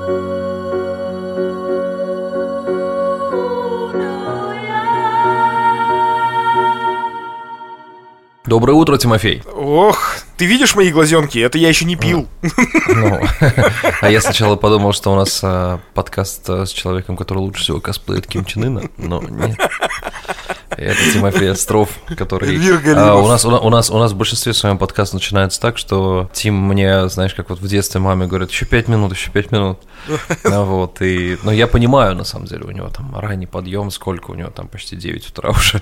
Доброе утро, Тимофей. Ох, ты видишь мои глазенки? Это я еще не пил. А я сначала подумал, что у нас подкаст с человеком, который лучше всего косплеит Ким Чен Ына, но нет. Это Тимофей Остров, который... У нас в большинстве своем подкаст начинается так, что Тим мне, знаешь, как вот в детстве маме говорит, еще 5 минут. Вот, но я понимаю, на самом деле, у него там ранний подъем, сколько у него там, почти 9 утра уже.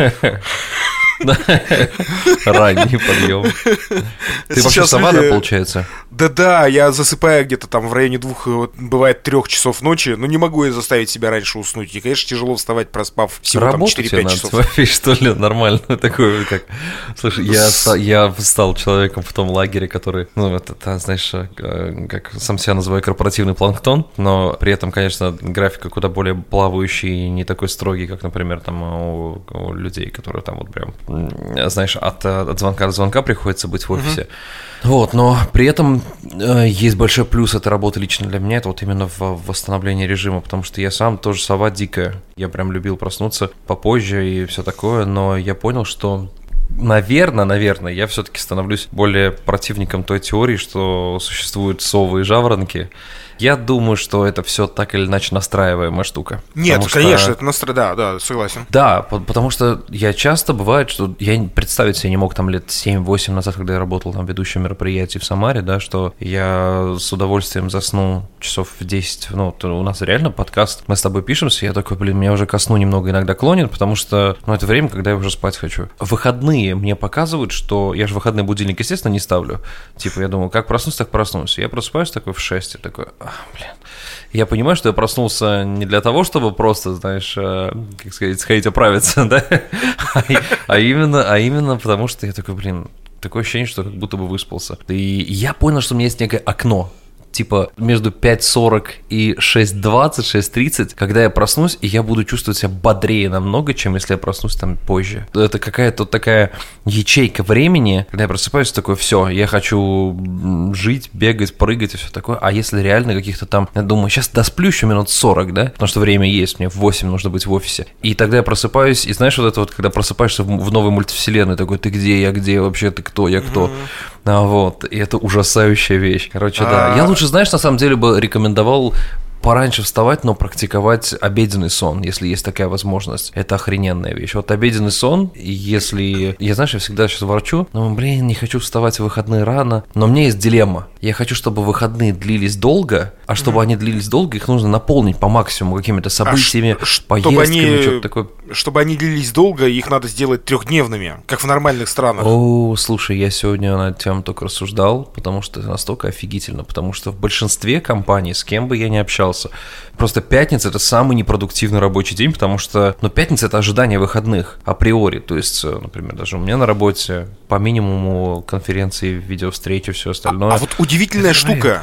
Ранний подъем. Ты вообще сова, да, получается? Да, я засыпаю где-то там в районе 2, бывает 3 часов ночи, но не могу я заставить себя раньше уснуть. И, конечно, тяжело вставать, проспав всего там 4-5 часов. Тимофей, что ли, нормально такое, как... Слушай, я стал человеком в том лагере, который, это, знаешь, как сам себя называю, корпоративный планктон, но при этом, конечно, графика куда более плавающий и не такой строгий, как, например, там у людей, которые там вот прям, знаешь, от звонка до звонка приходится быть в офисе. Вот, но при этом есть большой плюс этой работы лично для меня, это вот именно в восстановлении режима, потому что я сам тоже сова дикая, я прям любил проснуться попозже и все такое, но я понял, что наверное, я все-таки становлюсь более противником той теории, что существуют совы и жаворонки. Я думаю, что это все так или иначе настраиваемая штука. Нет, конечно, это да, согласен. Да, потому что я часто бывает, что я представить себе не мог там лет 7-8 назад, когда я работал там ведущим мероприятий в Самаре, да, что я с удовольствием засну часов в 10. У нас реально подкаст, мы с тобой пишемся, я такой, меня уже ко сну немного иногда клонит, потому что, это время, когда я уже спать хочу. Выходные мне показывают, что я же выходной будильник, естественно, не ставлю. Типа, я думаю, как проснусь, так проснусь. Я просыпаюсь такой в 6, такой... Я понимаю, что я проснулся не для того, чтобы просто, знаешь, как сказать, сходить оправиться, да, а именно потому, что я такой, такое ощущение, что как будто бы выспался. И я понял, что у меня есть некое окно, типа между 5:40 и 6:20, 6:30, когда я проснусь, и я буду чувствовать себя бодрее намного, чем если я проснусь там позже. Это какая-то такая ячейка времени, когда я просыпаюсь, такой, все, я хочу жить, бегать, прыгать и все такое. А если реально каких-то там, я думаю, сейчас досплю еще минут 40, да, потому что время есть, мне в 8 нужно быть в офисе. И тогда я просыпаюсь, и знаешь, вот это вот, когда просыпаешься в новой мультивселенной, такой, ты где, я где, вообще ты кто, я кто. Вот, и это ужасающая вещь. Короче, да, я лучше, знаешь, на самом деле бы рекомендовал пораньше вставать, но практиковать обеденный сон, если есть такая возможность. Это охрененная вещь. Вот обеденный сон, если... Я, знаешь, я всегда сейчас ворчу, не хочу вставать в выходные рано, но у меня есть дилемма. Я хочу, чтобы выходные длились долго, а чтобы они длились долго, их нужно наполнить по максимуму какими-то событиями, поездками, что-то такое. Чтобы они длились долго, их надо сделать 3-дневными, как в нормальных странах. Слушай, я сегодня над тем только рассуждал, потому что это настолько офигительно, потому что в большинстве компаний, с кем бы я ни общался, просто пятница – это самый непродуктивный рабочий день, потому что, пятница – это ожидание выходных априори, то есть, например, даже у меня на работе по минимуму конференции, видеовстречи, все остальное. А вот удивительная штука,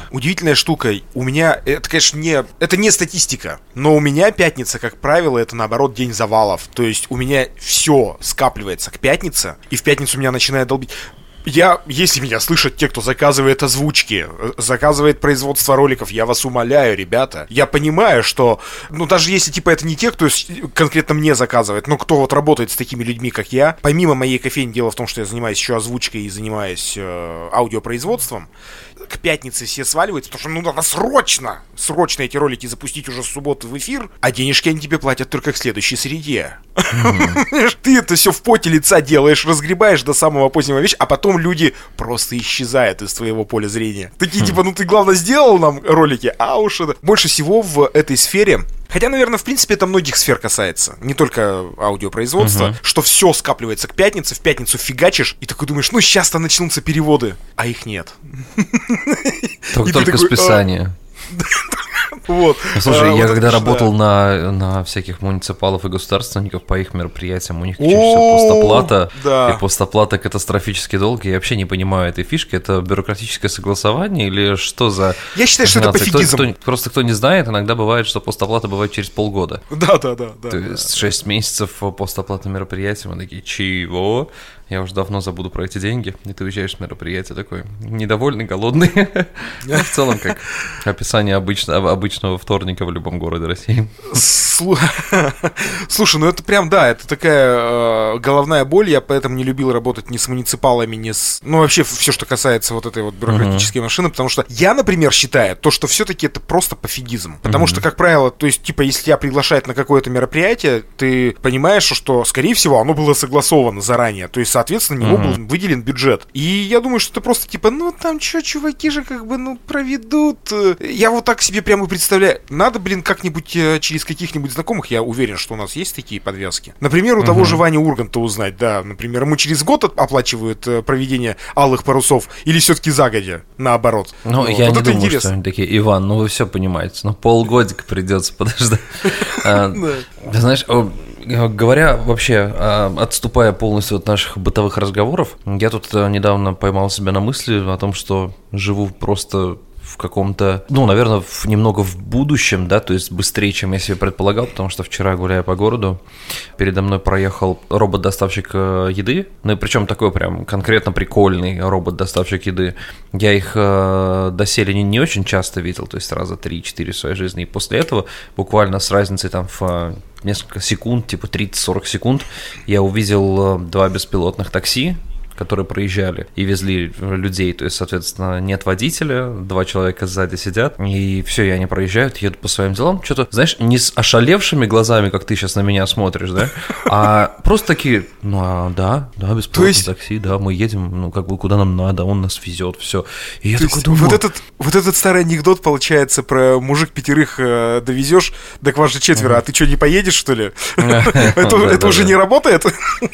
у меня, это, конечно, не статистика, но у меня пятница, как правило, это, наоборот, день завалов, то есть у меня все скапливается к пятнице, и в пятницу меня начинает долбить. Если меня слышат те, кто заказывает озвучки, заказывает производство роликов, я вас умоляю, ребята, я понимаю, что, даже если, это не те, кто конкретно мне заказывает, но кто вот работает с такими людьми, как я, помимо моей кофейни, дело в том, что я занимаюсь еще озвучкой и занимаюсь аудиопроизводством, к пятнице все сваливаются, потому что, надо срочно эти ролики запустить уже с субботы в эфир, а денежки они тебе платят только к следующей среде. Ты это все в поте лица делаешь, разгребаешь до самого позднего вечера, а потом люди просто исчезают из твоего поля зрения. Такие, ты, главное, сделал нам ролики, а уж это... Больше всего в этой сфере, хотя, наверное, в принципе, это многих сфер касается, не только аудиопроизводства, что все скапливается к пятнице, в пятницу фигачишь, и такой думаешь, сейчас-то начнутся переводы, а их нет. Только списание. Вот. Слушай, я когда работал на всяких муниципалов и государственников по их мероприятиям, у них чаще всего постоплата, и постоплата катастрофически долго. Я вообще не понимаю этой фишки. Это бюрократическое согласование или что за... Я считаю, что это пофигизм. Просто кто не знает, иногда бывает, что постоплата бывает через полгода. Да. То есть 6 месяцев постоплаты мероприятия, мы такие, чего? я уже давно забуду про эти деньги, и ты уезжаешь с мероприятия такой недовольный, голодный. В целом, как описание обычного вторника в любом городе России. Слушай, ну это прям, да, это такая головная боль, я поэтому не любил работать ни с муниципалами, ни с... Ну, вообще, все, что касается вот этой вот бюрократической машины, потому что я, например, считаю, то, что все-таки это просто пофигизм. Потому что, как правило, то есть, типа, если тебя приглашают на какое-то мероприятие, ты понимаешь, что, скорее всего, оно было согласовано заранее, то есть, соответственно, на него был выделен бюджет. И я думаю, что это просто, типа, ну, там что, чуваки же, как бы, ну, проведут. Я вот так себе прямо представляю. Надо, блин, как-нибудь через каких-нибудь знакомых, я уверен, что у нас есть такие подвязки. Например, у того же Вани Урганта узнать, да, например, ему через год оплачивают проведение алых парусов или все-таки загодя, наоборот. Ну, вот. Я вот не думаю, интересно. Что они такие: Иван, ну вы все понимаете, ну полгодика придется подождать. Знаешь, говоря вообще, отступая полностью от наших бытовых разговоров, я тут недавно поймал себя на мысли о том, что живу просто в каком-то, ну, наверное, немного в будущем, да, то есть быстрее, чем я себе предполагал, потому что вчера, гуляя по городу, передо мной проехал робот-доставщик еды, ну, и причем такой прям конкретно прикольный робот-доставщик еды. Я их доселе не очень часто видел, то есть раза 3-4 в своей жизни, и после этого буквально с разницей там в несколько секунд, типа 30-40 секунд, я увидел 2 беспилотных такси, которые проезжали и везли людей, то есть, соответственно, нет водителя, 2 человека сзади сидят, и все, и они проезжают, едут по своим делам, что-то, знаешь, не с ошалевшими глазами, как ты сейчас на меня смотришь, да, а просто такие, ну, да, бесплатное такси, да, мы едем, ну, как бы, куда нам надо, он нас везет, все. И я такой думаю... Вот этот старый анекдот, получается, про мужик 5 довезешь, так вас же 4, а ты что, не поедешь, что ли? Это уже не работает?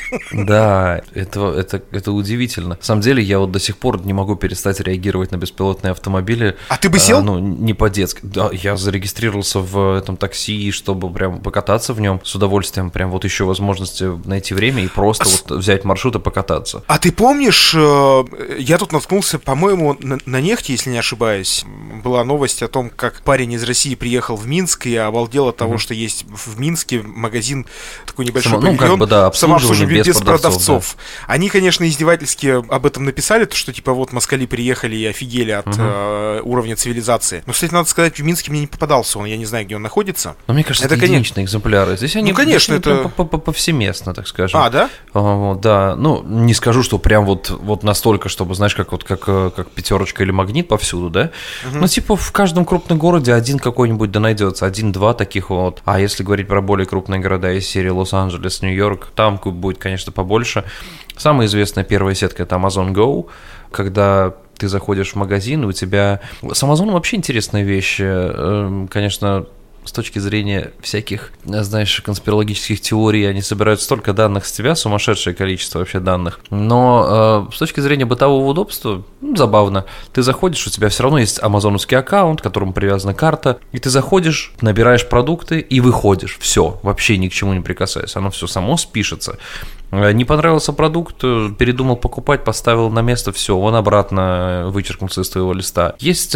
Да, это удивительно. На самом деле, я вот до сих пор не могу перестать реагировать на беспилотные автомобили. А ты бы сел? Ну, не по-детски. Да, я зарегистрировался в этом такси, чтобы прям покататься в нем с удовольствием. Прям вот еще возможности найти время и просто вот взять маршрут и покататься. А ты помнишь, я тут наткнулся, по-моему, на Нефти, если не ошибаюсь, была новость о том, как парень из России приехал в Минск и обалдел от того, что есть в Минске магазин такой небольшой павильон, как бы, да, самообслуживание без продавцов. Да. Они, конечно, издевательски об этом написали, то, что типа вот москали приехали и офигели от уровня цивилизации. Но, кстати, надо сказать, в Минске мне не попадался он, я не знаю, где он находится. Но мне кажется, это единичные экземпляры. Здесь они, конечно, это повсеместно, так скажем. А, да? Да, ну, не скажу, что прям вот настолько, чтобы, знаешь, как Пятерочка или Магнит повсюду, да? Ну, типа в каждом крупном городе один какой-нибудь да найдется, 1-2 таких вот. А если говорить про более крупные города из серии Лос-Анджелес, Нью-Йорк, там будет, конечно, побольше. Самая известная первая сетка — это Amazon Go, когда ты заходишь в магазин, и у тебя... С Amazon вообще интересная вещь, конечно, с точки зрения всяких, знаешь, конспирологических теорий, они собирают столько данных с тебя, сумасшедшее количество вообще данных, но с точки зрения бытового удобства, забавно. Ты заходишь, у тебя все равно есть амазоновский аккаунт, к которому привязана карта, и ты заходишь, набираешь продукты и выходишь. Все, вообще ни к чему не прикасаясь, оно все само спишется. Не понравился продукт, передумал покупать, поставил на место, все, он обратно вычеркнулся из твоего листа. Есть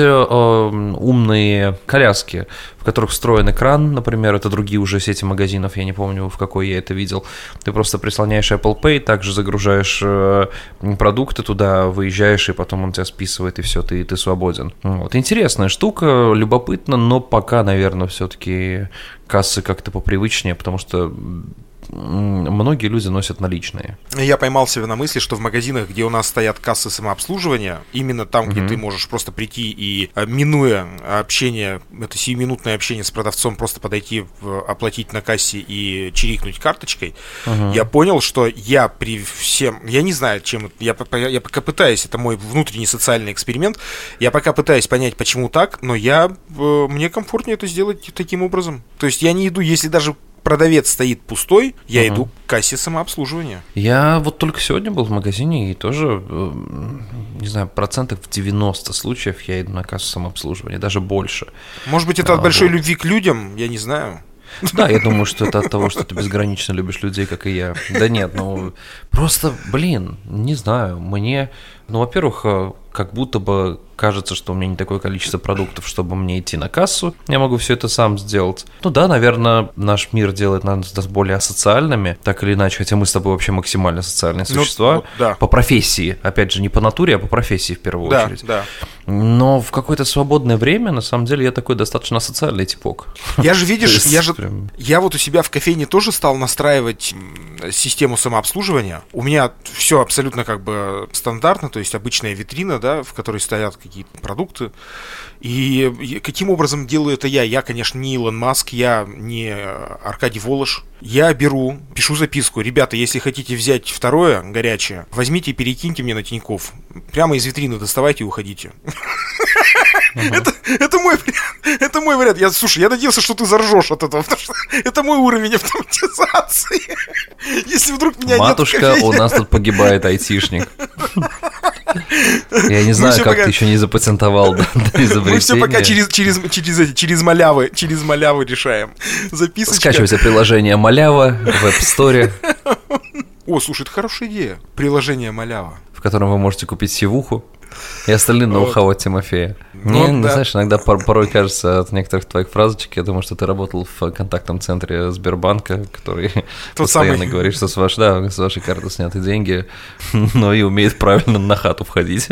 умные коляски, в которых встроен экран, например, это другие уже сети магазинов, я не помню, в какой я это видел. Ты просто прислоняешь Apple Pay, также загружаешь продукты туда, выезжаешь, и потом он тебя списывает, и все, ты свободен. Вот. Интересная штука, любопытно, но пока, наверное, все-таки кассы как-то попривычнее, потому что многие люди носят наличные. Я поймал себя на мысли, что в магазинах, где у нас стоят кассы самообслуживания, именно там, где ты можешь просто прийти и, минуя общение, это сиюминутное общение с продавцом, просто подойти, оплатить на кассе и чирикнуть карточкой, я понял, что я при всем... Я не знаю, чем... Я пока пытаюсь, это мой внутренний социальный эксперимент, я пока пытаюсь понять, почему так, но мне комфортнее это сделать таким образом. То есть я не иду, если даже продавец стоит пустой, я иду к кассе самообслуживания. Я вот только сегодня был в магазине, и тоже, не знаю, процентов в 90 случаев я иду на кассу самообслуживания, даже больше. Может быть, это от большой любви к людям, я не знаю. Да, я думаю, что это от того, что ты безгранично любишь людей, как и я. Да нет, просто, не знаю, мне, во-первых, как будто бы кажется, что у меня не такое количество продуктов, чтобы мне идти на кассу, я могу все это сам сделать. Ну да, наверное, наш мир делает нас более асоциальными, так или иначе, хотя мы с тобой вообще максимально социальные существа. Да. По профессии, опять же, не по натуре, а по профессии в первую очередь. Да. Но в какое-то свободное время, на самом деле, я такой достаточно асоциальный типок. Я же, видишь, я вот у себя в кофейне тоже стал настраивать систему самообслуживания. У меня все абсолютно как бы стандартно, то есть обычная витрина, да, в которой стоят какие-то продукты. И каким образом делаю это я? Я, конечно, не Илон Маск, я не Аркадий Волош. Я пишу записку: ребята, если хотите взять второе горячее, возьмите и перекиньте мне на Тинькофф. Прямо из витрины доставайте и уходите. Это мой вариант. Слушай, я надеялся, что ты заржешь от этого, потому что это мой уровень автоматизации. Если вдруг меня нет в матушка, у нас тут погибает айтишник. Я не знаю, как ты еще не запатентовал изобретение. Мы все пока через малявы решаем. Записочка. Скачивайте приложение Малява в App Store. О, слушай, это хорошая идея. Приложение Малява. В котором вы можете купить сивуху и остальные ноу-хау от Тимофея. Мне, знаешь, иногда порой кажется от некоторых твоих фразочек, я думаю, что ты работал в контактном центре Сбербанка, который постоянно говорит, что с вашей карты сняты деньги, но и умеет правильно на хату входить.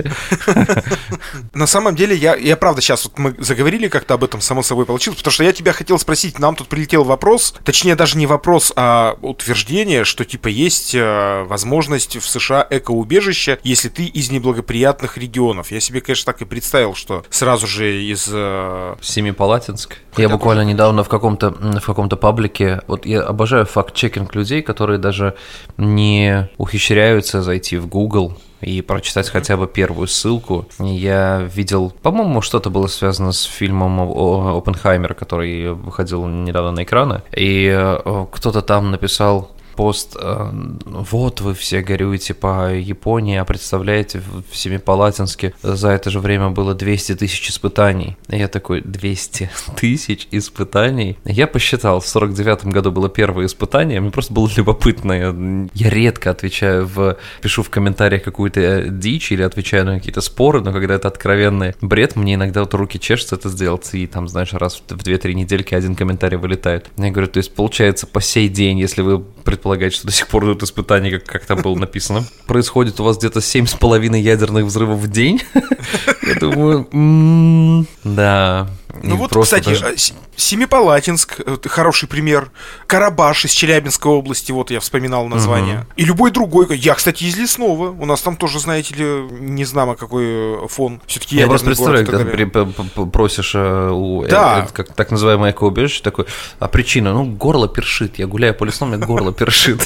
На самом деле, я правда сейчас, вот мы заговорили как-то об этом, само собой получилось, потому что я тебя хотел спросить, нам тут прилетел вопрос, точнее даже не вопрос, а утверждение, что типа есть возможность в США экоубежища, если ты из неблагоприятных регионов. Я себе, конечно, так и представил, что сразу же из... Семипалатинск. Я буквально недавно в каком-то паблике, вот я обожаю факт-чекинг людей, которые даже не ухищряются зайти в Google и прочитать хотя бы первую ссылку. Я видел, по-моему, что-то было связано с фильмом «Оппенхаймер», который выходил недавно на экраны, и кто-то там написал пост: вот вы все горюете по Японии, а представляете, в Семипалатинске за это же время было 200 тысяч испытаний. И я такой: 200 тысяч испытаний? Я посчитал, в 49-м году было первое испытание, мне просто было любопытно. Я редко пишу в комментариях какую-то дичь или отвечаю на какие-то споры, но когда это откровенный бред, мне иногда вот руки чешутся это сделать, и там, знаешь, раз в 2-3 недельки один комментарий вылетает. Я говорю, то есть получается по сей день, если вы предполагаете, что до сих пор идут испытания, как там было написано, происходит у вас где-то 7,5 ядерных взрывов в день? Я думаю, да. Ну вот, кстати, Семипалатинск, хороший пример. Карабаш из Челябинской области, вот я вспоминал название. И любой другой. Я, кстати, из Лесного. У нас там тоже, знаете ли, не знаю, какой фон. Все-таки я просто представляю, когда ты просишь у так называемое экоубежище, такой, а причина? Ну, горло першит. Я гуляю по Лесному, мне горло першит.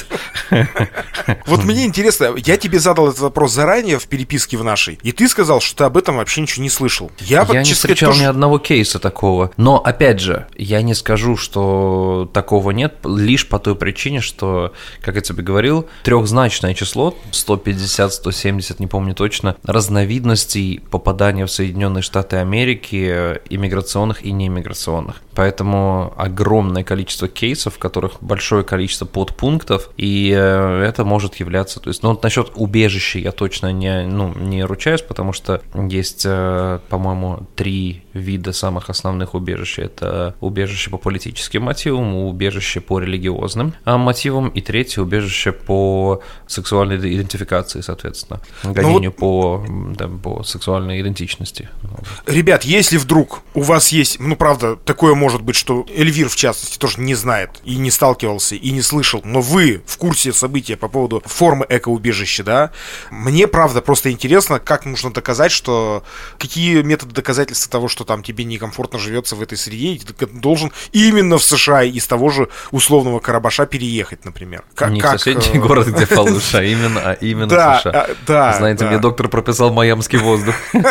Вот мне интересно, я тебе задал этот вопрос заранее в переписке в нашей, и ты сказал, что ты об этом вообще ничего не слышал. Я не встречал ни одного кейса такого. Но, опять же, я не скажу, что такого нет, лишь по той причине, что, как я тебе говорил, трехзначное число, 150, 170, не помню точно, разновидностей попадания в Соединенные Штаты Америки, иммиграционных и неиммиграционных. Поэтому огромное количество кейсов, в которых большое количество подпунктов, и это может являться... То есть, ну, вот насчет убежища я точно не ручаюсь, потому что есть, по-моему, 3 вида самых основных убежищ. Это убежище по политическим мотивам, убежище по религиозным мотивам и третье убежище по сексуальной идентификации, соответственно, гонению по сексуальной идентичности. Ребят, если вдруг у вас есть, ну, правда, такое может быть, что Эльвир, в частности, тоже не знает и не сталкивался, и не слышал, но вы в курсе события по поводу формы экоубежища, да, мне, правда, просто интересно, как нужно доказать, что... Какие методы доказательства того, что там тебе некомфортно живется в этой среде, и ты должен именно в США из того же условного Карабаша переехать, например. Не в соседний город, где получше, а именно в США. Знаете, мне доктор прописал майамский воздух.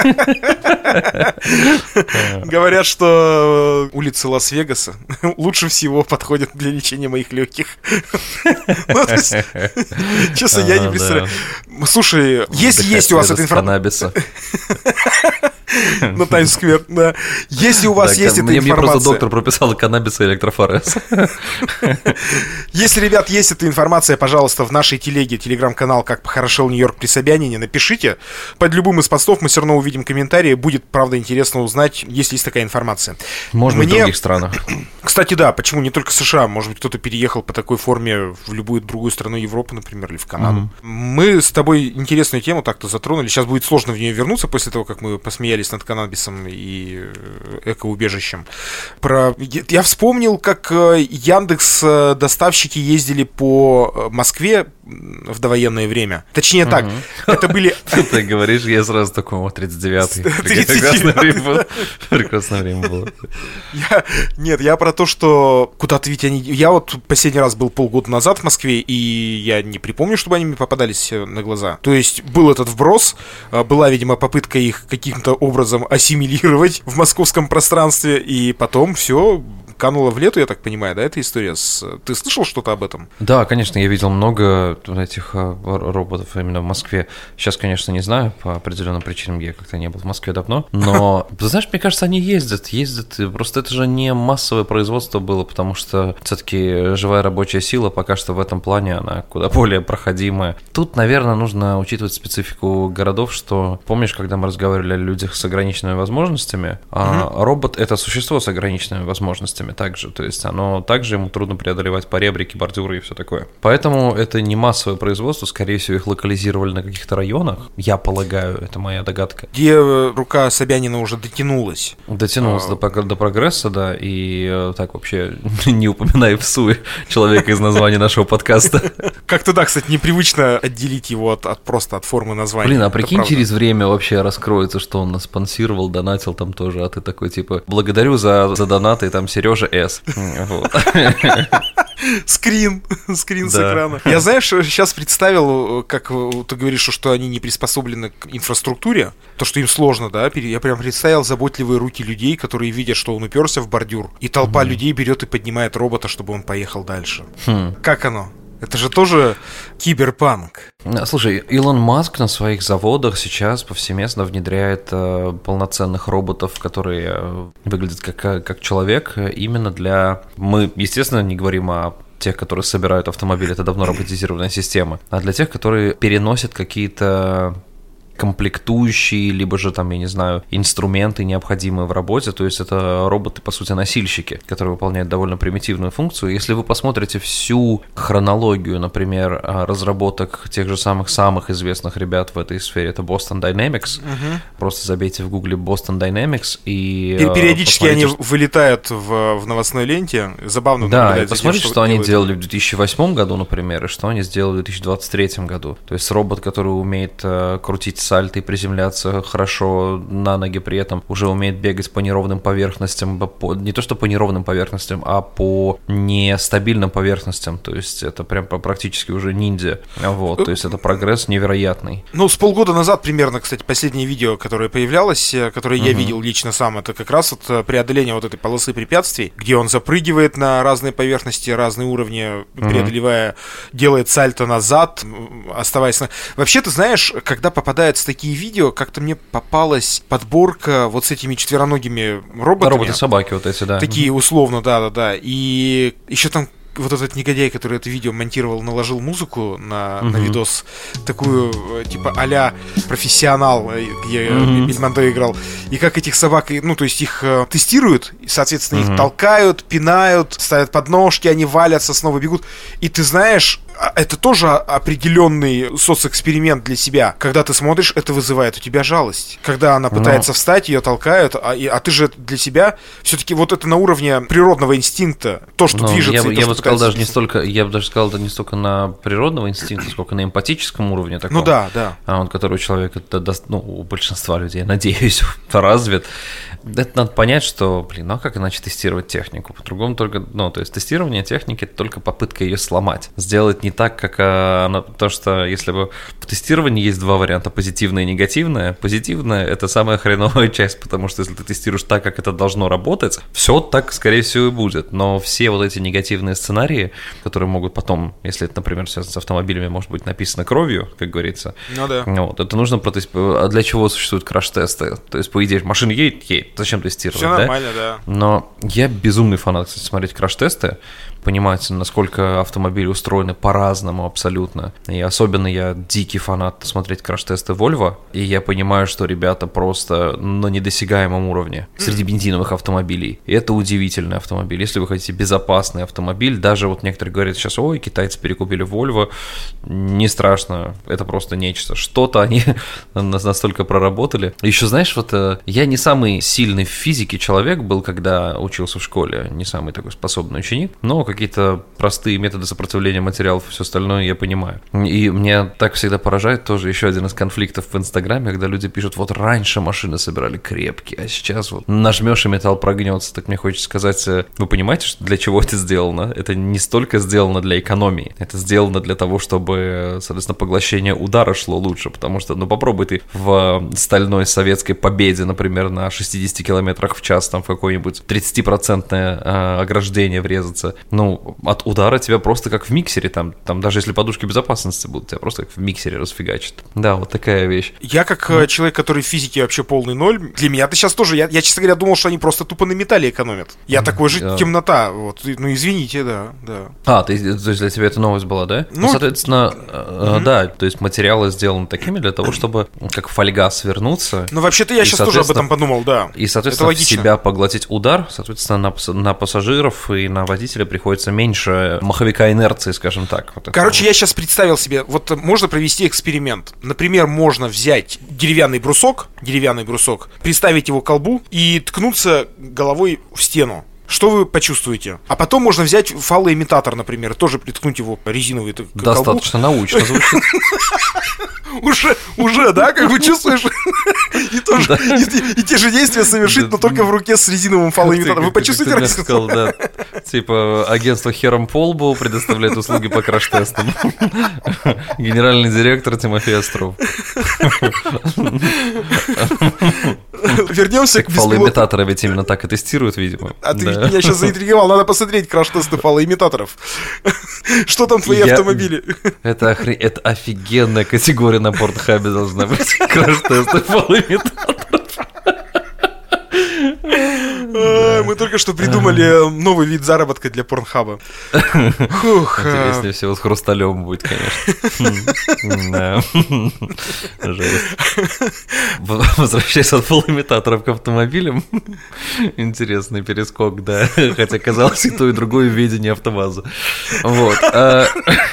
Говорят, что улицы Лас-Вегаса лучше всего подходят для лечения моих легких. Честно, я не представляю. Слушай, если есть у вас эта информация... На Таймс-сквер, да. Если у вас есть эта информация... Мне просто доктор прописал каннабис и электрофорез. Если, ребят, есть эта информация, пожалуйста, в нашей телеге, телеграм-канал «Как похорошел Нью-Йорк при Собянине», напишите. Под любым из постов мы все равно увидим комментарии. Будет, правда, интересно узнать, если есть такая информация. Может быть, в других странах. Кстати, да, почему не только США? Может быть, кто-то переехал по такой форме в любую другую страну Европы, например, или в Канаду. Мы с тобой интересную тему так-то затронули. Сейчас будет сложно в нее вернуться после того, как мы посмеялись над каннабисом и экоубежищем. Я вспомнил, как Яндекс доставщики ездили по Москве в довоенное время. Точнее так, это были... Ты говоришь, я сразу такой, 39-й. Прекрасное время было. Нет, я про то, что куда-то ведь они... Я вот последний раз был полгода назад в Москве, и я не припомню, чтобы они мне попадались на глаза. То есть был этот вброс, была, видимо, попытка их каким-то образом ассимилировать в московском пространстве, и потом все канула в лету, я так понимаю, да, эта история Ты слышал что-то об этом? Да, конечно, я видел много этих роботов именно в Москве. Сейчас, конечно, не знаю, по определенным причинам я как-то не был в Москве давно, но, ты знаешь, мне кажется, они ездят, просто это же не массовое производство было, потому что все-таки живая рабочая сила пока что в этом плане, она куда более проходимая. Тут, наверное, нужно учитывать специфику городов, что, помнишь, когда мы разговаривали о людях с ограниченными возможностями, робот — это существо с ограниченными возможностями также, то есть оно также ему трудно преодолевать поребрики, бордюры и все такое. Поэтому это не массовое производство, скорее всего, их локализировали на каких-то районах, я полагаю, это моя догадка. Где рука Собянина уже дотянулась. Дотянулась до прогресса, да, и так вообще не упоминай в суе человека из названия нашего подкаста. Как-то да, кстати, непривычно отделить его просто от формы названия. Блин, а прикинь, через время вообще раскроется, что он нас спонсировал, донатил там тоже, а ты такой типа, благодарю за донаты, там Сережа С. Скрин с экрана. Я, знаешь, сейчас представил, как ты говоришь, что они не приспособлены к инфраструктуре, то, что им сложно, да, я прям представил заботливые руки людей, которые видят, что он уперся в бордюр, и толпа людей берет и поднимает робота, чтобы он поехал дальше. Как оно? Это же тоже киберпанк. Слушай, Илон Маск на своих заводах сейчас повсеместно внедряет полноценных роботов, которые выглядят как человек, именно для... Мы, естественно, не говорим о тех, которые собирают автомобили, это давно роботизированная система, а для тех, которые переносят какие-то комплектующие, либо же там, я не знаю, инструменты, необходимые в работе, то есть это роботы, по сути, носильщики, которые выполняют довольно примитивную функцию. Если вы посмотрите всю хронологию, например, разработок тех же самых известных ребят в этой сфере, это Boston Dynamics, просто забейте в гугле Boston Dynamics и... Периодически они вылетают в новостной ленте, забавно. Да, и посмотрите, что они делали в 2008 году, например, и что они сделали в 2023 году. То есть робот, который умеет крутить сальто и приземляться хорошо на ноги, при этом уже умеет бегать по неровным поверхностям, не то что по неровным поверхностям, а по нестабильным поверхностям, то есть это прям практически уже ниндзя, вот, то есть это прогресс невероятный. Ну, с полгода назад примерно, кстати, последнее видео, которое появлялось, которое я видел лично сам, это как раз вот преодоление вот этой полосы препятствий, где он запрыгивает на разные поверхности, разные уровни, преодолевая, делает сальто назад, оставаясь на... Вообще, ты знаешь, когда попадаются такие видео, как-то мне попалась подборка вот с этими четвероногими роботами. Роботы-собаки вот эти, да. Такие условно, да. И еще там вот этот негодяй, который это видео монтировал, наложил музыку на видос, такую, типа, а-ля профессионал, где Бельмондо играл. И как этих собак, ну, то есть их тестируют, и, соответственно, их толкают, пинают, ставят подножки, они валятся, снова бегут. И ты знаешь, это тоже определенный соцэксперимент для себя. Когда ты смотришь, это вызывает у тебя жалость. Когда она пытается встать, ее толкают, а ты же для себя все-таки вот это на уровне природного инстинкта, то, что движется. Я бы сказал даже не столько, не столько на природного инстинкта, сколько на эмпатическом уровне таком. Ну да. Который у человека, у большинства людей, я надеюсь, развит. Это надо понять, что, а как иначе тестировать технику? По-другому только, то есть тестирование техники — это только попытка ее сломать, сделать не так, как то, что если бы в тестировании есть два варианта, позитивное и негативное. Позитивное — это самая хреновая часть, потому что если ты тестируешь так, как это должно работать, все так, скорее всего, и будет. Но все вот эти негативные сценарии, которые могут потом, если это, например, связано с автомобилями, может быть написано кровью, как говорится. Ну да. Вот, это нужно протестировать. А для чего существуют краш-тесты? То есть, по идее, машина едет. Зачем тестировать? Все нормально, да. Но я безумный фанат, кстати, смотреть краш-тесты, понимать, насколько автомобили устроены по-разному абсолютно. И особенно я дикий фанат смотреть краш-тесты Volvo, и я понимаю, что ребята просто на недосягаемом уровне среди бензиновых автомобилей. И это удивительный автомобиль. Если вы хотите безопасный автомобиль, даже вот некоторые говорят сейчас, ой, китайцы перекупили Volvo, не страшно, это просто нечто. Что-то они настолько проработали. Еще знаешь, вот я не самый сильный в физике человек был, когда учился в школе, не самый такой способный ученик, но какие-то простые методы сопротивления материалов и все остальное я понимаю. И меня так всегда поражает тоже еще один из конфликтов в Инстаграме, когда люди пишут, вот раньше машины собирали крепкие, а сейчас вот нажмешь и металл прогнется. Так мне хочется сказать, вы понимаете, что для чего это сделано? Это не столько сделано для экономии, это сделано для того, чтобы, соответственно, поглощение удара шло лучше, потому что, ну попробуй ты в стальной советской победе, например, на 60 километрах в час там в какое-нибудь 30% ограждение врезаться. Ну, от удара тебя просто как в миксере, там даже если подушки безопасности будут, тебя просто как в миксере расфигачит. Да, вот такая вещь. Я как человек, который в физике вообще полный ноль, для меня это сейчас тоже, я, честно говоря, думал, что они просто тупо на металле экономят. Я такой же темнота, вот, ну извините, да. То есть для тебя эта новость была, да? Ну, соответственно, да, то есть материалы сделаны такими для того, чтобы как фольга свернуться. Ну, вообще-то я сейчас тоже об этом подумал, да. И, соответственно, в себя поглотить удар, соответственно, на пассажиров и на водителя приходится меньше маховика инерции, скажем так. Вот короче, я сейчас представил себе, вот можно провести эксперимент. Например, можно взять деревянный брусок, приставить его к колбу и ткнуться головой в стену. Что вы почувствуете? А потом можно взять фалоимитатор, например, тоже приткнуть его резиновый к колбу. Достаточно научно звучит. Уже, да, как бы чувствуешь, и те же действия совершить, но только в руке с резиновым фалоимитатором. Вы почувствуете разницу? Сказал, да. Типа агентство Хером Полбоу предоставляет услуги по краш-тестам. Генеральный директор Тимофей Остров. Вернемся к беспилотным. Фалоимитаторы ведь именно так и тестируют, видимо. А ты меня сейчас заинтриговал, надо посмотреть краш-тесты фалоимитаторов. Что там твои автомобили? Это офигенная категория на Портхабе должна быть. Краш-тесты фалоимитаторов. Мы только что придумали новый вид заработка для Порнхаба. Интереснее всего с хрусталем будет, конечно. Жесть. Возвращаясь от фалоимитаторов к автомобилям, интересный перескок, да. Хотя казалось и то, и другое видение АвтоВАЗа. Вот. А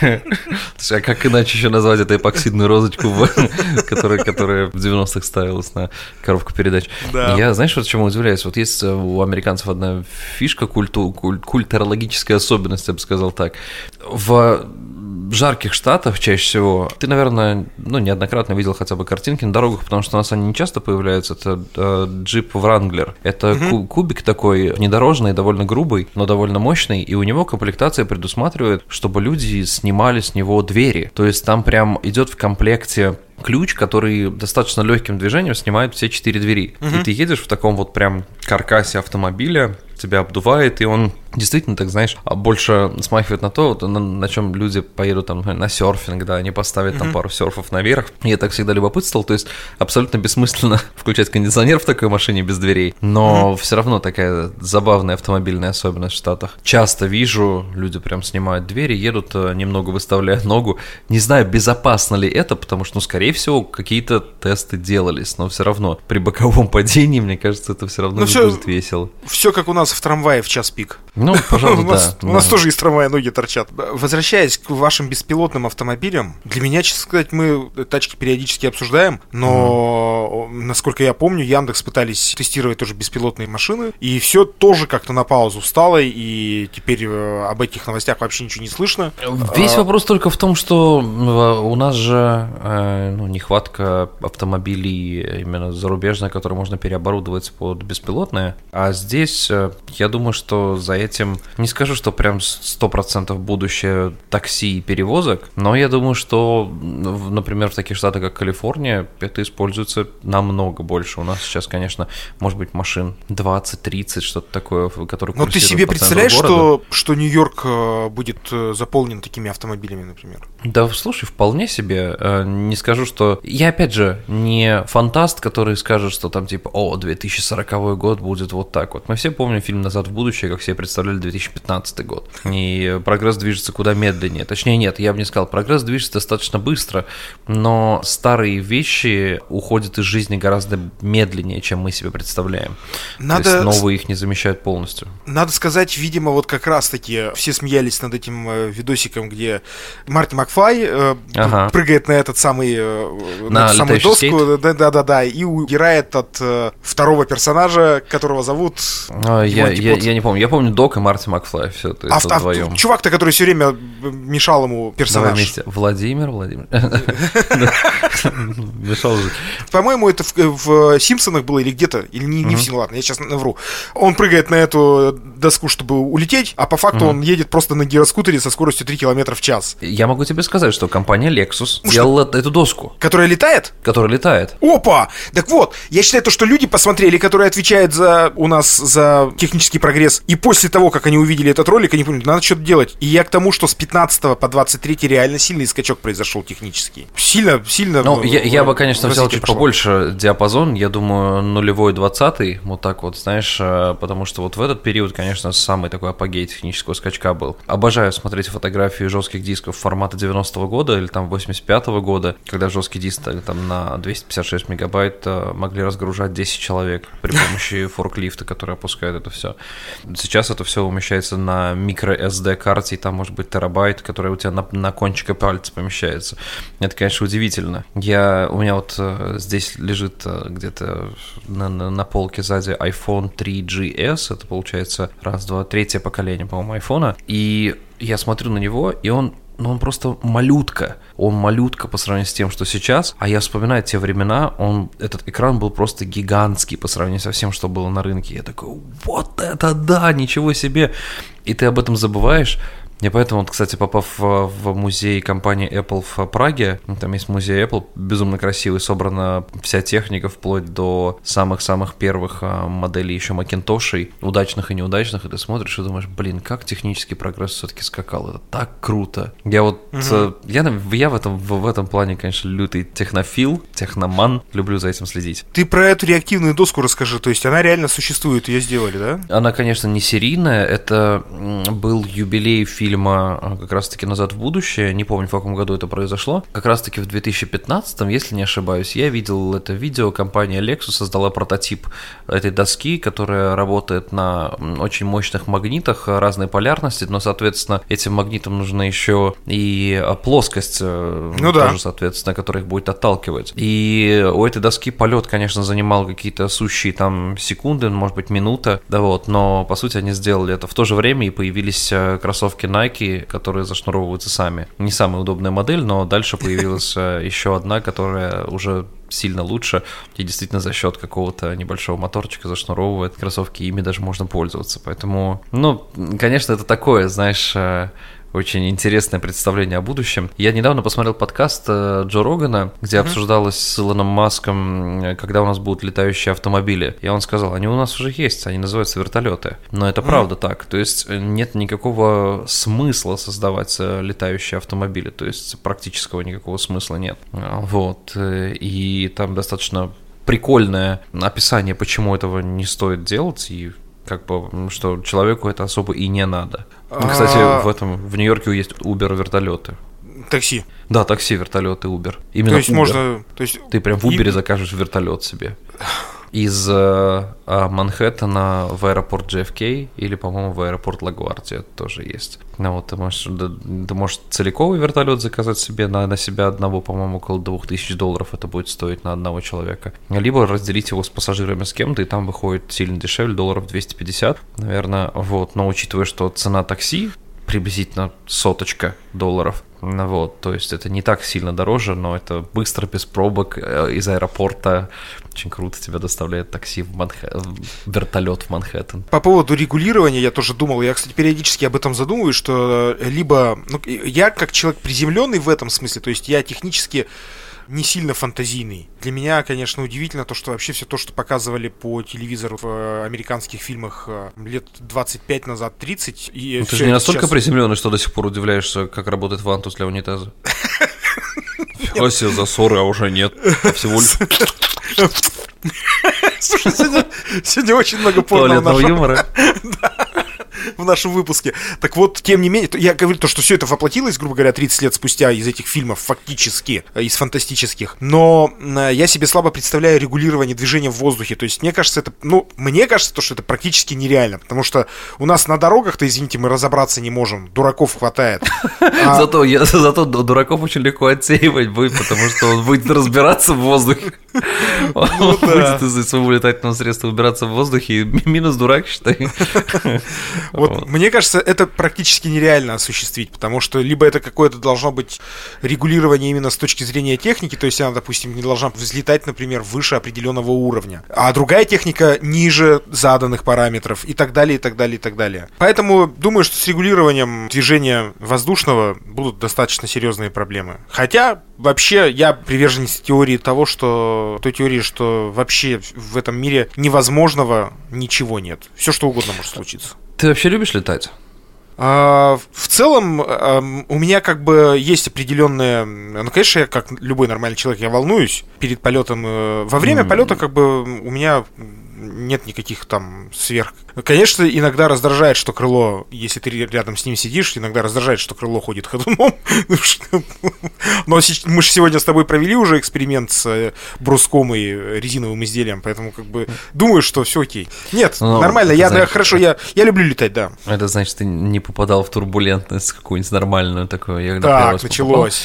как иначе еще назвать эту эпоксидную розочку, которая в 90-х ставилась на коробку передач? Я, знаешь, вот чему удивляюсь? Вот есть у американцев одна фишка, культурологическая особенность, я бы сказал так. В жарких штатах чаще всего ты, наверное, неоднократно видел хотя бы картинки на дорогах, потому что у нас они не часто появляются. Это джип Wrangler. Это кубик такой внедорожный, довольно грубый, но довольно мощный, и у него комплектация предусматривает, чтобы люди снимали с него двери. То есть там прям идет в комплекте ключ, который достаточно легким движением снимает все 4 двери. И ты едешь в таком вот прям каркасе автомобиля, тебя обдувает, и он действительно, так знаешь, больше смахивает на то, на чем люди поедут там на серфинг, да, они поставят там пару серфов наверх. Я так всегда любопытствовал, то есть абсолютно бессмысленно включать кондиционер в такой машине без дверей, но все равно такая забавная автомобильная особенность в Штатах. Часто вижу, люди прям снимают двери, едут, немного выставляя ногу. Не знаю, безопасно ли это, потому что, скорее всего, какие-то тесты делались, но все равно при боковом падении, мне кажется, это все равно не будет весело. Все как у нас в трамвае в час пик. Ну, пожалуй, да. У нас тоже из трамвая ноги торчат. Возвращаясь к вашим беспилотным автомобилям, для меня, честно сказать, мы тачки периодически обсуждаем, но, насколько я помню, Яндекс пытались тестировать тоже беспилотные машины, и все тоже как-то на паузу встало, и теперь об этих новостях вообще ничего не слышно. Весь вопрос только в том, что у нас же нехватка автомобилей именно зарубежных, которые можно переоборудовать под беспилотные, а здесь я думаю, что за этим, не скажу, что прям 100% будущее такси и перевозок, но я думаю, что, например, в таких штатах, как Калифорния, это используется намного больше. У нас сейчас, конечно, может быть, машин 20-30, что-то такое, которые Но ты себе представляешь, что Нью-Йорк будет заполнен такими автомобилями, например? Да, слушай, вполне себе. Не скажу, что... Я, опять же, не фантаст, который скажет, что там типа, 2040 год будет вот так вот. Мы все помним фильм «Назад в будущее», как себе представляли 2015 год. И прогресс движется куда медленнее. Точнее, нет, я бы не сказал, прогресс движется достаточно быстро, но старые вещи уходят из жизни гораздо медленнее, чем мы себе представляем. То есть новые их не замещают полностью. Надо сказать, видимо, вот как раз-таки все смеялись над этим видосиком, где Марти Макфлай прыгает на этот самый на самую доску, да, и убирает от второго персонажа, которого зовут... Я не помню. Я помню Док и Марти Макфлай. Все, то есть вдвоем. Чувак-то, который все время мешал ему персонаж. Давай вместе. Владимир. Мешал же. По-моему, это в «Симпсонах» было или где-то, или не в «Симпсонах», ладно, я сейчас навру. Он прыгает на эту доску, чтобы улететь, а по факту он едет просто на гироскутере со скоростью 3 км в час. Я могу тебе сказать, что компания Lexus сделала эту доску. Которая летает? Которая летает. Опа! Так вот, я считаю, что люди посмотрели, которые отвечают у нас за технический прогресс, и после того, как они увидели этот ролик, они поняли, надо что-то делать. И я к тому, что с 15 по 23 реально сильный скачок произошел технический. Сильно. Ну, я бы, конечно, взял чуть побольше диапазон, я думаю, 0-20, вот так вот, знаешь, потому что вот в этот период, конечно, самый такой апогей технического скачка был. Обожаю смотреть фотографии жестких дисков формата 90-го года или там 85-го года, когда жесткий диск там на 256 мегабайт могли разгружать 10 человек при помощи форклифта, который опускает это все. Сейчас это все умещается на микро SD карте, и там может быть терабайт, который у тебя на кончике пальца помещается. Это, конечно, удивительно. У меня вот здесь лежит где-то на полке сзади iPhone 3GS, это получается третье поколение, по-моему, айфона, и я смотрю на него, и он просто малютка. Он малютка по сравнению с тем, что сейчас. А я вспоминаю те времена, этот экран был просто гигантский по сравнению со всем, что было на рынке. Я такой, вот это да, ничего себе. И ты об этом забываешь. И поэтому, кстати, попав в музей компании Apple в Праге, там есть музей Apple, безумно красивый, собрана вся техника, вплоть до самых-самых первых моделей еще Макинтошей, удачных и неудачных, и ты смотришь и думаешь, как технический прогресс все-таки скакал, это так круто. Я в этом плане, конечно, лютый технофил, техноман, люблю за этим следить. Ты про эту реактивную доску расскажи, то есть она реально существует, ее сделали, да? Она, конечно, не серийная, это был юбилей фильма как раз-таки «Назад в будущее», не помню, в каком году это произошло, как раз-таки в 2015, если не ошибаюсь, я видел это видео, компания Lexus создала прототип этой доски, которая работает на очень мощных магнитах разной полярности, но, соответственно, этим магнитам нужна еще и плоскость, тоже, соответственно, которая их будет отталкивать. И у этой доски полет, конечно, занимал какие-то сущие там секунды, может быть, минута, но, по сути, они сделали это в то же время, и появились кроссовки Nike, которые зашнуровываются сами. Не самая удобная модель, но дальше появилась еще одна, которая уже сильно лучше, и действительно за счет какого-то небольшого моторчика зашнуровывает кроссовки, ими даже можно пользоваться. Поэтому, конечно, это такое, знаешь, очень интересное представление о будущем. Я недавно посмотрел подкаст Джо Рогана, где обсуждалось с Илоном Маском, когда у нас будут летающие автомобили. И он сказал, они у нас уже есть, они называются вертолеты. Но это правда так. То есть нет никакого смысла создавать летающие автомобили. То есть практического никакого смысла нет. Вот. И там достаточно прикольное описание, почему этого не стоит делать, и что человеку это особо и не надо. Кстати, в Нью-Йорке есть Uber вертолеты. Такси. Да, такси, вертолеты, Uber. Именно Uber. Ты прям в Uber закажешь вертолет себе. Из Манхэттена в аэропорт JFK или, по-моему, в аэропорт ЛаГуардия тоже есть. Ты можешь целиковый вертолет заказать себе на себя одного, по-моему, около $2000 это будет стоить на одного человека. Либо разделить его с пассажирами с кем-то, и там выходит сильно дешевле, $250, наверное. Но учитывая, что цена такси приблизительно $100, Вот, то есть это не так сильно дороже, но это быстро, без пробок, из аэропорта. Очень круто, тебя доставляет такси вертолет в Манхэттен. По поводу регулирования я тоже думал, я, кстати, периодически об этом задумываюсь, что либо, я как человек приземленный в этом смысле, то есть я технически не сильно фантазийный. Для меня, конечно, удивительно то, что вообще все то, что показывали по телевизору в американских фильмах лет 25 назад, 30. И ты же не настолько приземленный, что до сих пор удивляешься, как работает вантус для унитаза. Фига себе, засоры, а уже нет. Всего лишь... Слушай, сегодня очень много туалетного юмора. В нашем выпуске. Так вот, тем не менее, я говорю то, что все это воплотилось, грубо говоря, 30 лет спустя из этих фильмов, фактически, из фантастических. Но я себе слабо представляю регулирование движения в воздухе. То есть, мне кажется, мне кажется, что это практически нереально. Потому что у нас на дорогах-то, извините, мы разобраться не можем. Дураков хватает. Зато дураков очень легко отсеивать будет, потому что он будет разбираться в воздухе. Он будет из своего летательного средства убираться в воздухе. Минус дурак, считай. Вот, мне кажется, это практически нереально осуществить, потому что либо это какое-то должно быть регулирование именно с точки зрения техники, то есть она, допустим, не должна взлетать, например, выше определенного уровня, а другая техника ниже заданных параметров и так далее, и так далее, и так далее. Поэтому думаю, что с регулированием движения воздушного будут достаточно серьезные проблемы. Хотя, вообще, я приверженец теории того, что вообще в этом мире невозможного ничего нет. Все, что угодно может случиться. Ты вообще любишь летать? В целом, у меня как бы есть определенные... конечно, я, как любой нормальный человек, я волнуюсь перед полетом. Во время полета как бы у меня нет никаких там сверх... Конечно, иногда раздражает, что крыло, если ты рядом с ним сидишь, иногда раздражает, что крыло ходит ходуном. Но мы же сегодня с тобой провели уже эксперимент с бруском и резиновым изделием, поэтому как бы думаю, что все окей. Нет, нормально, хорошо, я люблю летать, да. Это значит, ты не попадал в турбулентность какую-нибудь нормальную такую. Так, началось.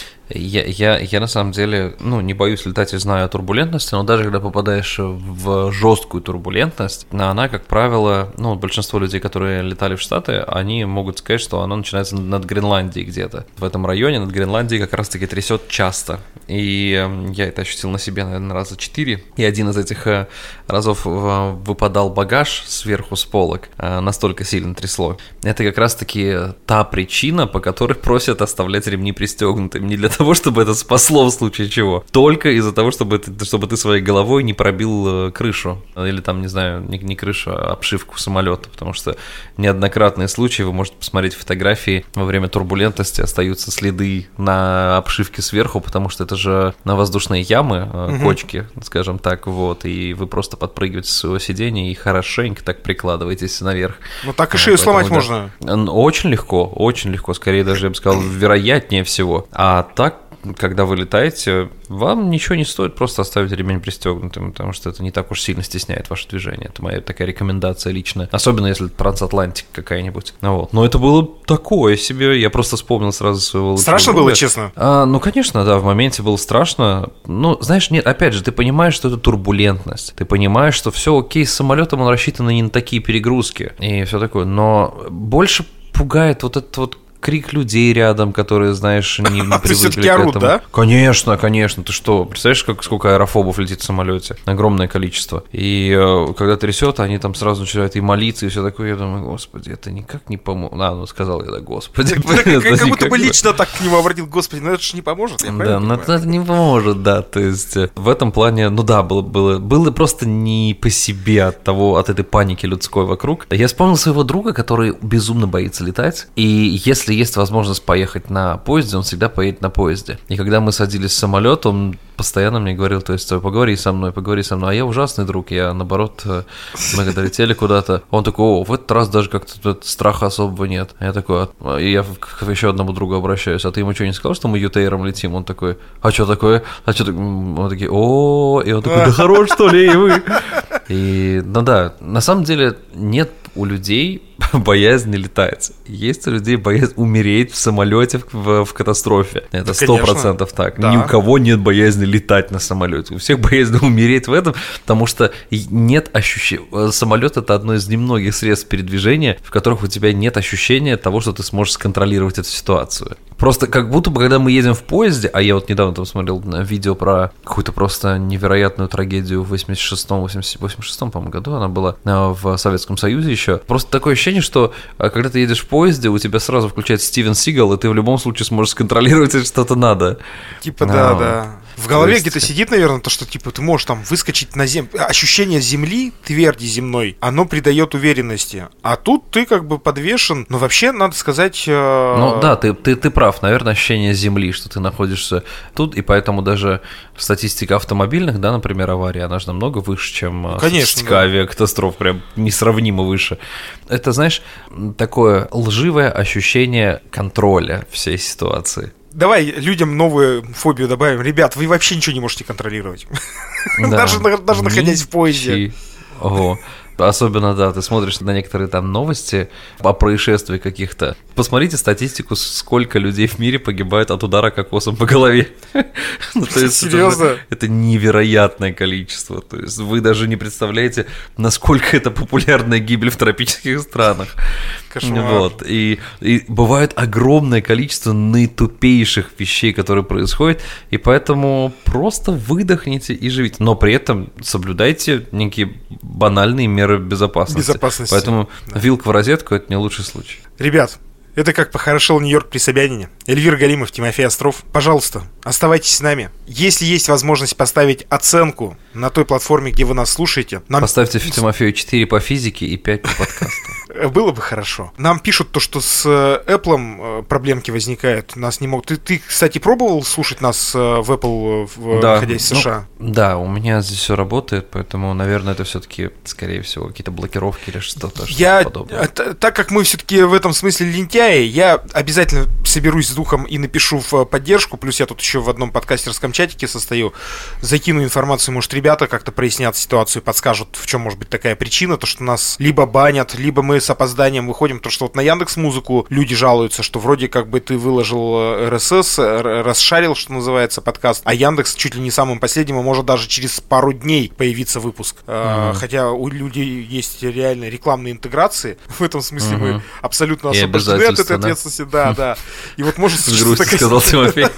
Я на самом деле, не боюсь летать и знаю о турбулентности, но даже когда попадаешь в жесткую турбулентность, она, как правило, большинство людей, которые летали в Штаты, они могут сказать, что она начинается над Гренландией где-то. В этом районе над Гренландией как раз-таки трясет часто. И я это ощутил на себе, наверное, раза 4. И один из этих разов выпадал багаж сверху с полок, настолько сильно трясло. Это как раз-таки та причина, по которой просят оставлять ремни пристегнутыми. Не для того, чтобы это спасло в случае чего. Только из-за того, чтобы ты своей головой не пробил крышу. Или там, не знаю, не крышу, а обшивку самолета. Потому что неоднократные случаи, вы можете посмотреть фотографии, во время турбулентности остаются следы на обшивке сверху, потому что это же на воздушные ямы, кочки, скажем так, вот. И вы просто подпрыгиваете с своего сидения и хорошенько так прикладываетесь наверх. Ну так и шею сломать можно. Очень легко. Скорее даже, я бы сказал, вероятнее всего. А так, когда вы летаете, вам ничего не стоит просто оставить ремень пристегнутым, потому что это не так уж сильно стесняет ваше движение. Это моя такая рекомендация личная. Особенно если это трансатлантика какая-нибудь. Вот. Но это было такое себе. Я просто вспомнил сразу своего лучшего Страшно друга. было, честно? Конечно, да, в моменте было страшно. Знаешь, нет, опять же, ты понимаешь, что это турбулентность. Ты понимаешь, что все окей, с самолетом он рассчитан не на такие перегрузки и все такое. Но больше пугает вот этот вот крик людей рядом, которые, знаешь, не привыкли к этому. Орут, да? Конечно, ты что? Представляешь, сколько аэрофобов летит в самолете? Огромное количество. И когда трясет, они там сразу начинают и молиться, и все такое. Я думаю, господи, это никак не поможет. Сказал я, да, господи. Как будто бы лично так к нему обратил, господи, это же не поможет. Да, это не поможет, да. То есть в этом плане, было просто не по себе от этой паники людской вокруг. Я вспомнил своего друга, который безумно боится летать, и если есть возможность поехать на поезде, он всегда поедет на поезде. И когда мы садились в самолет, он постоянно мне говорил, то есть, поговори со мной. А я ужасный друг, я, наоборот, мы когда летели куда-то, он такой, в этот раз даже как-то страха особого нет. Я такой, и я к еще одному другу обращаюсь, а ты ему что, не сказал, что мы ютейром летим? Он такой, а что такое? Мы такие, и он такой, да хорош, что ли, и вы? И, на самом деле, нет у людей боязнь летать. Есть у людей боязнь умереть в самолете в катастрофе. Это 100% так. Да. Ни у кого нет боязни летать на самолете. У всех боязнь умереть в этом, потому что нет ощущения. Самолет — это одно из немногих средств передвижения, в которых у тебя нет ощущения того, что ты сможешь сконтролировать эту ситуацию. Просто как будто бы, когда мы едем в поезде, а я вот недавно там смотрел видео про какую-то просто невероятную трагедию в 86-м, по-моему, году, она была в Советском Союзе еще. Просто такое ощущение, что когда ты едешь в поезде, у тебя сразу включается Стивен Сигал, и ты в любом случае сможешь сконтролировать, если что-то надо. Типа, да. В голове где-то сидит, наверное, то, что типа ты можешь там выскочить на землю. Ощущение земли, тверди земной, оно придает уверенности. А тут ты как бы подвешен. Но вообще, надо сказать... Ну да, ты прав. Наверное, ощущение земли, что ты находишься тут, и поэтому даже статистика автомобильных, да, например, аварий, она же намного выше, чем статистика авиакатастроф, прям несравнимо выше. Это, знаешь, такое лживое ощущение контроля всей ситуации. Давай людям новую фобию добавим. Ребят, вы вообще ничего не можете контролировать. Даже находясь в поезде. Ого. Особенно, да, ты смотришь на некоторые там новости о происшествиях каких-то. Посмотрите статистику, сколько людей в мире погибает от удара кокосом по голове. Серьезно? Это невероятное количество. То есть вы даже не представляете, насколько это популярная гибель в тропических странах. Кошмар. Вот. И бывает огромное количество наитупейших вещей, которые происходят, и поэтому просто выдохните и живите. Но при этом соблюдайте некие банальные меры безопасности. Поэтому вилка в розетку – это не лучший случай. Ребят, это как похорошел Нью-Йорк при Собянине. Эльвир Галимов, Тимофей Остров. Пожалуйста, оставайтесь с нами. Если есть возможность поставить оценку на той платформе, где вы нас слушаете... Поставьте Тимофею 4 по физике и 5 по подкасту. Было бы хорошо. Нам пишут то, что с Apple проблемки возникают. Нас не могут... Ты, кстати, пробовал слушать нас в Apple, находясь в США? Да, у меня здесь все работает, поэтому, наверное, это все-таки, скорее всего, какие-то блокировки или что-то подобное. Так как мы все-таки в этом смысле лентяи, я обязательно соберусь с духом и напишу в поддержку. Плюс я тут еще в одном подкастерском чатике состою. Закину информацию, может, ребята как-то прояснят ситуацию, подскажут, в чем может быть такая причина. То, что нас либо банят, либо мы с опозданием выходим. То, что вот на Яндекс.Музыку люди жалуются, что вроде как бы ты выложил RSS, расшарил, что называется, подкаст, а Яндекс чуть ли не самым последним, может даже через пару дней появиться выпуск. Хотя у людей есть реально рекламные интеграции. В этом смысле мы абсолютно освобождены от этой ответственности. Да. И вот может случиться такая... сказал Тимофей.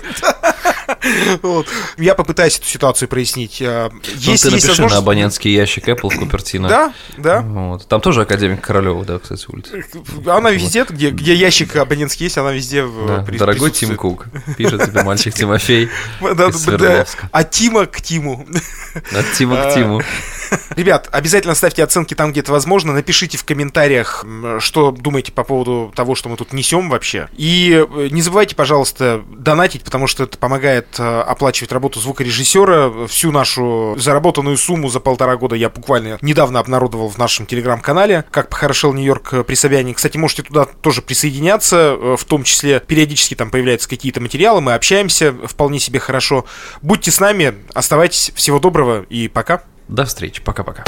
Я попытаюсь эту ситуацию прояснить. Ты напиши на абонентский ящик Apple в Купертино. Да. Вот. Там тоже академик Королёва, да, кстати, улица. Она везде, где ящик абонентский есть, она везде дорогой Тим Кук, пишет тебе мальчик Тимофей из Свердловска. От Тима к Тиму. От Тима к Тиму. Ребят, обязательно ставьте оценки там, где это возможно. Напишите в комментариях, что думаете по поводу того, что мы тут несем вообще. И не забывайте, пожалуйста, донатить, потому что это помогает оплачивать работу звукорежиссера. Всю нашу заработанную сумму за 1,5 года я буквально недавно обнародовал в нашем телеграм-канале, как похорошел Нью-Йорк при Собянине. Кстати, можете туда тоже присоединяться, в том числе периодически там появляются какие-то материалы, мы общаемся вполне себе хорошо. Будьте с нами, оставайтесь, всего доброго и пока. До встречи, пока-пока.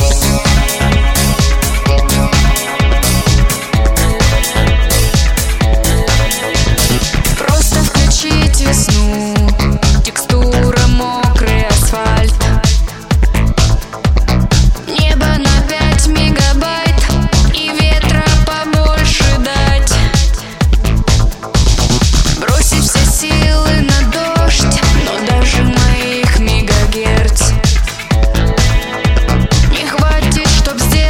Просто включить весну, текстура мокрый асфальт, небо на 5 мегабайт и ветра побольше дать, бросить все силы на дождь, но даже моих мегагерц не хватит, чтоб сделать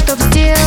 чтоб сделать